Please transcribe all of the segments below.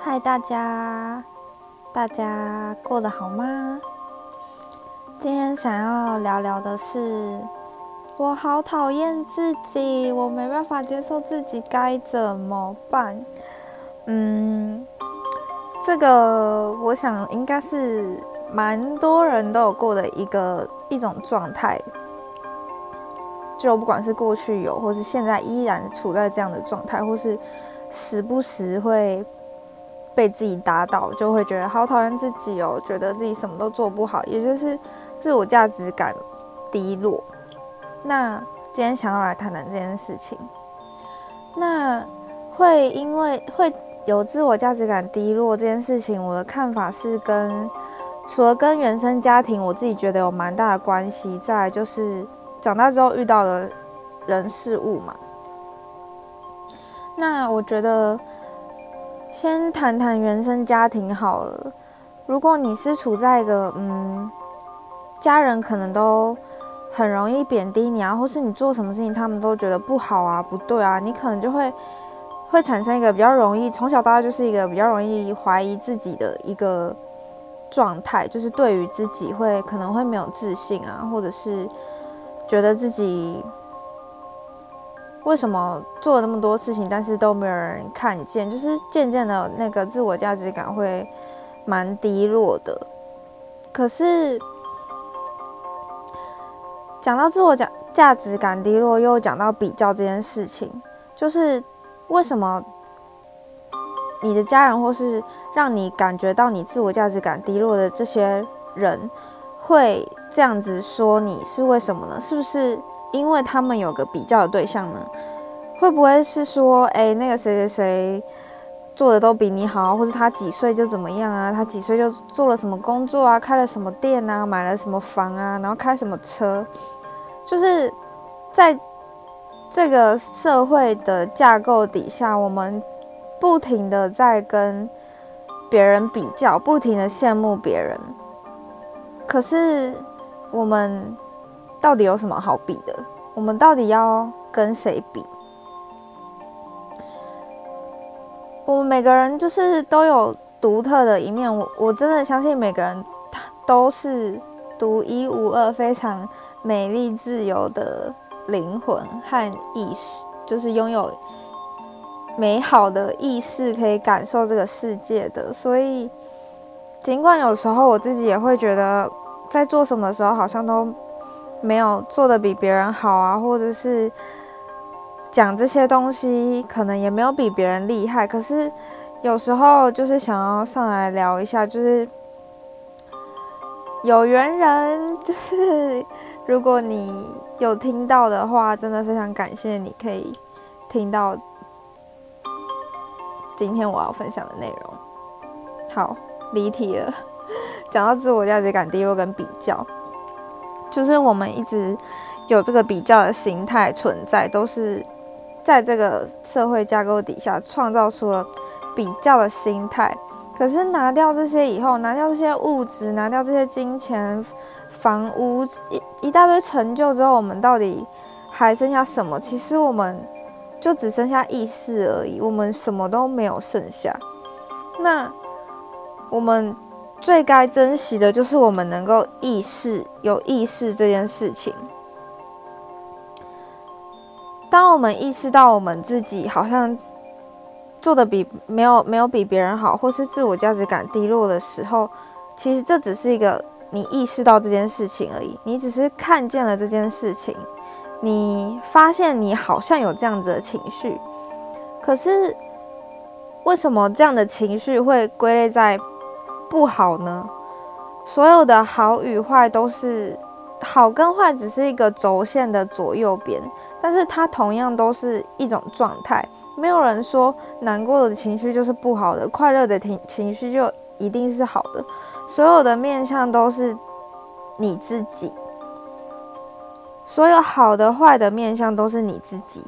嗨，大家过得好吗？今天想要聊聊的是，我好讨厌自己，我没办法接受自己，该怎么办？这个我想应该是蛮多人都有过的一种状态，就不管是过去有，或是现在依然处在这样的状态，或是时不时会被自己打倒，就会觉得好讨厌自己哦，觉得自己什么都做不好，也就是自我价值感低落。那今天想要来谈谈这件事情。那因为有自我价值感低落这件事情，我的看法是除了跟原生家庭，我自己觉得有蛮大的关系，再来就是长大之后遇到的人事物嘛。那我觉得先谈谈原生家庭好了。如果你是处在一个家人可能都很容易贬低你啊，或是你做什么事情他们都觉得不好啊、不对啊，你可能就会产生一个比较容易，从小到大就是一个比较容易怀疑自己的一个状态，就是对于自己可能会没有自信啊，或者是觉得自己为什么做了那么多事情，但是都没有人看见，就是渐渐的那个自我价值感会蛮低落的。可是讲到自我价值感低落，又讲到比较这件事情，就是为什么你的家人或是让你感觉到你自我价值感低落的这些人会这样子说你，是为什么呢？是不是因为他们有个比较的对象呢？会不会是说，那个谁谁谁做的都比你好，或是他几岁就怎么样啊？他几岁就做了什么工作啊？开了什么店啊？买了什么房啊？然后开什么车？就是在这个社会的架构底下，我们不停的在跟别人比较，不停的羡慕别人。可是我们到底有什么好比的？我们到底要跟谁比？我们每个人就是都有独特的一面，我真的相信每个人都是独一无二、非常美丽自由的灵魂和意识，就是拥有美好的意识，可以感受这个世界的。所以尽管有时候我自己也会觉得在做什么的时候好像都没有做得比别人好啊，或者是讲这些东西可能也没有比别人厉害，可是有时候就是想要上来聊一下，就是有缘人，就是如果你有听到的话，真的非常感谢你可以听到今天我要分享的内容。好，离题了。讲到自我价值感低落跟比较，就是我们一直有这个比较的心态存在，都是在这个社会架构底下创造出了比较的心态。可是拿掉这些以后，拿掉这些物质，拿掉这些金钱、房屋一大堆成就之后，我们到底还剩下什么？其实我们就只剩下意识而已，我们什么都没有剩下。那我们最该珍惜的就是我们能够有意识这件事情。当我们意识到我们自己好像做的没有比别人好，或是自我价值感低落的时候，其实这只是一个你意识到这件事情而已，你只是看见了这件事情，你发现你好像有这样子的情绪，可是为什么这样的情绪会归类在不好呢？所有的好与坏都是好跟坏，只是一个轴线的左右边，但是它同样都是一种状态。没有人说难过的情绪就是不好的，快乐的情绪就一定是好的。所有的面向都是你自己，所有好的坏的面向都是你自己。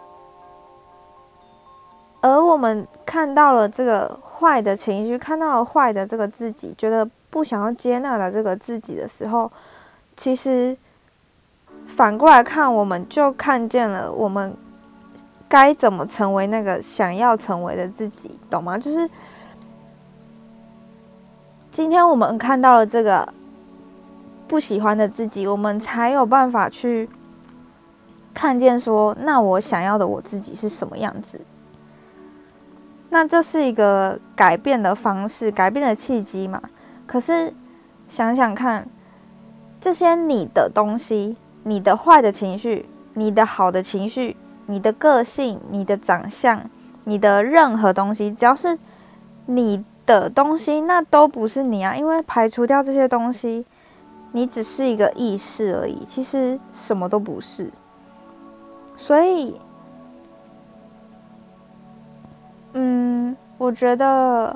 而我们看到了这个坏的情绪，看到了坏的这个自己，觉得不想要接纳的这个自己的时候，其实反过来看，我们就看见了我们该怎么成为那个想要成为的自己，懂吗？就是今天我们看到了这个不喜欢的自己，我们才有办法去看见说，那我想要的我自己是什么样子。那这是一个改变的方式，改变的契机嘛。可是想想看，这些你的东西，你的坏的情绪，你的好的情绪，你的个性，你的长相，你的任何东西，只要是你的东西，那都不是你啊。因为排除掉这些东西，你只是一个意识而已，其实什么都不是。所以我觉得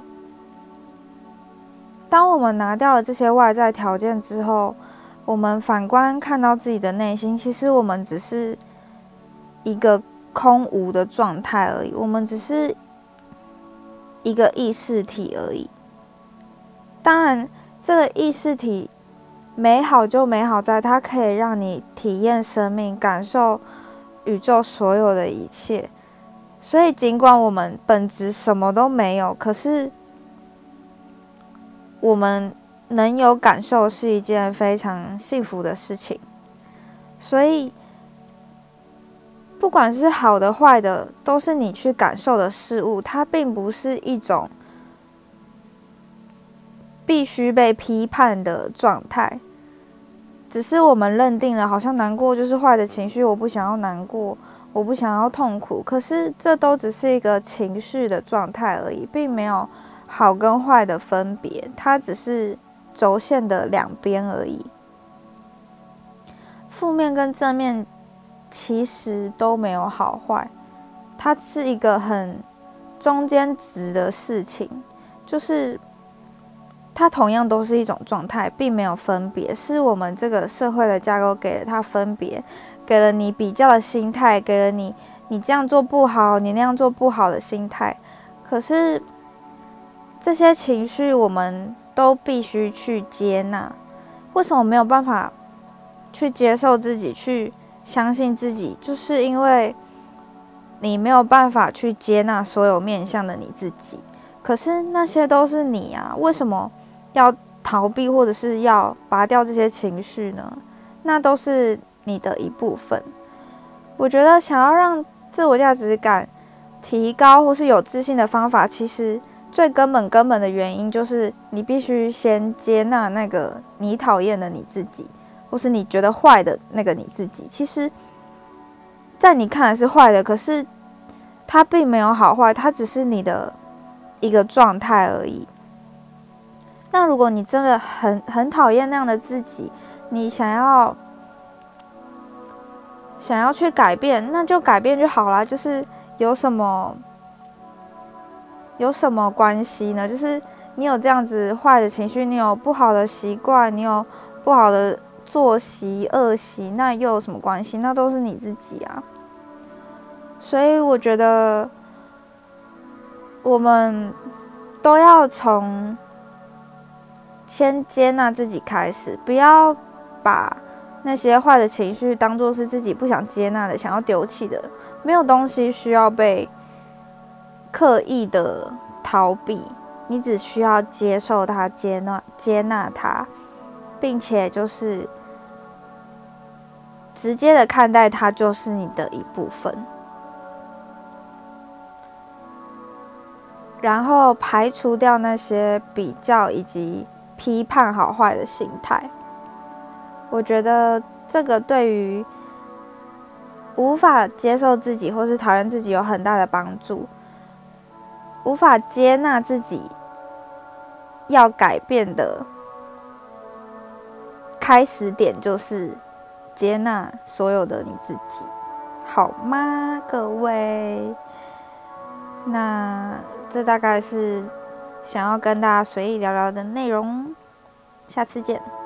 当我们拿掉了这些外在条件之后，我们反观看到自己的内心，其实我们只是一个空无的状态而已，我们只是一个意识体而已。当然这个意识体美好就美好在它可以让你体验生命，感受宇宙所有的一切。所以尽管我们本质什么都没有，可是我们能有感受是一件非常幸福的事情。所以不管是好的坏的，都是你去感受的事物，它并不是一种必须被批判的状态。只是我们认定了好像难过就是坏的情绪，我不想要难过，我不想要痛苦，可是这都只是一个情绪的状态而已，并没有好跟坏的分别，它只是轴线的两边而已。负面跟正面其实都没有好坏，它是一个很中间值的事情，就是它同样都是一种状态，并没有分别，是我们这个社会的架构给了它分别，给了你比较的心态，给了你这样做不好，你那样做不好的心态。可是这些情绪我们都必须去接纳。为什么没有办法去接受自己，去相信自己？就是因为你没有办法去接纳所有面向的你自己。可是那些都是你啊，为什么要逃避或者是要拔掉这些情绪呢？那都是你的一部分。我觉得想要让自我价值感提高或是有自信的方法，其实最根本的原因就是你必须先接纳那个你讨厌的你自己，或是你觉得坏的那个你自己。其实在你看来是坏的，可是它并没有好坏，它只是你的一个状态而已。那如果你真的很讨厌那样的自己，你想要去改变，那就改变就好啦。就是有什么关系呢？就是你有这样子坏的情绪，你有不好的习惯，你有不好的作息恶习，那又有什么关系？那都是你自己啊。所以我觉得我们都要从先接纳自己开始，不要把那些坏的情绪当作是自己不想接纳的、想要丢弃的。没有东西需要被刻意的逃避，你只需要接受它、接纳它，并且就是直接的看待它，就是你的一部分。然后排除掉那些比较以及批判好坏的心态。我觉得这个对于无法接受自己或是讨厌自己有很大的帮助。无法接纳自己要改变的开始点就是接纳所有的你自己，好吗，各位？那这大概是想要跟大家随意聊聊的内容，下次见。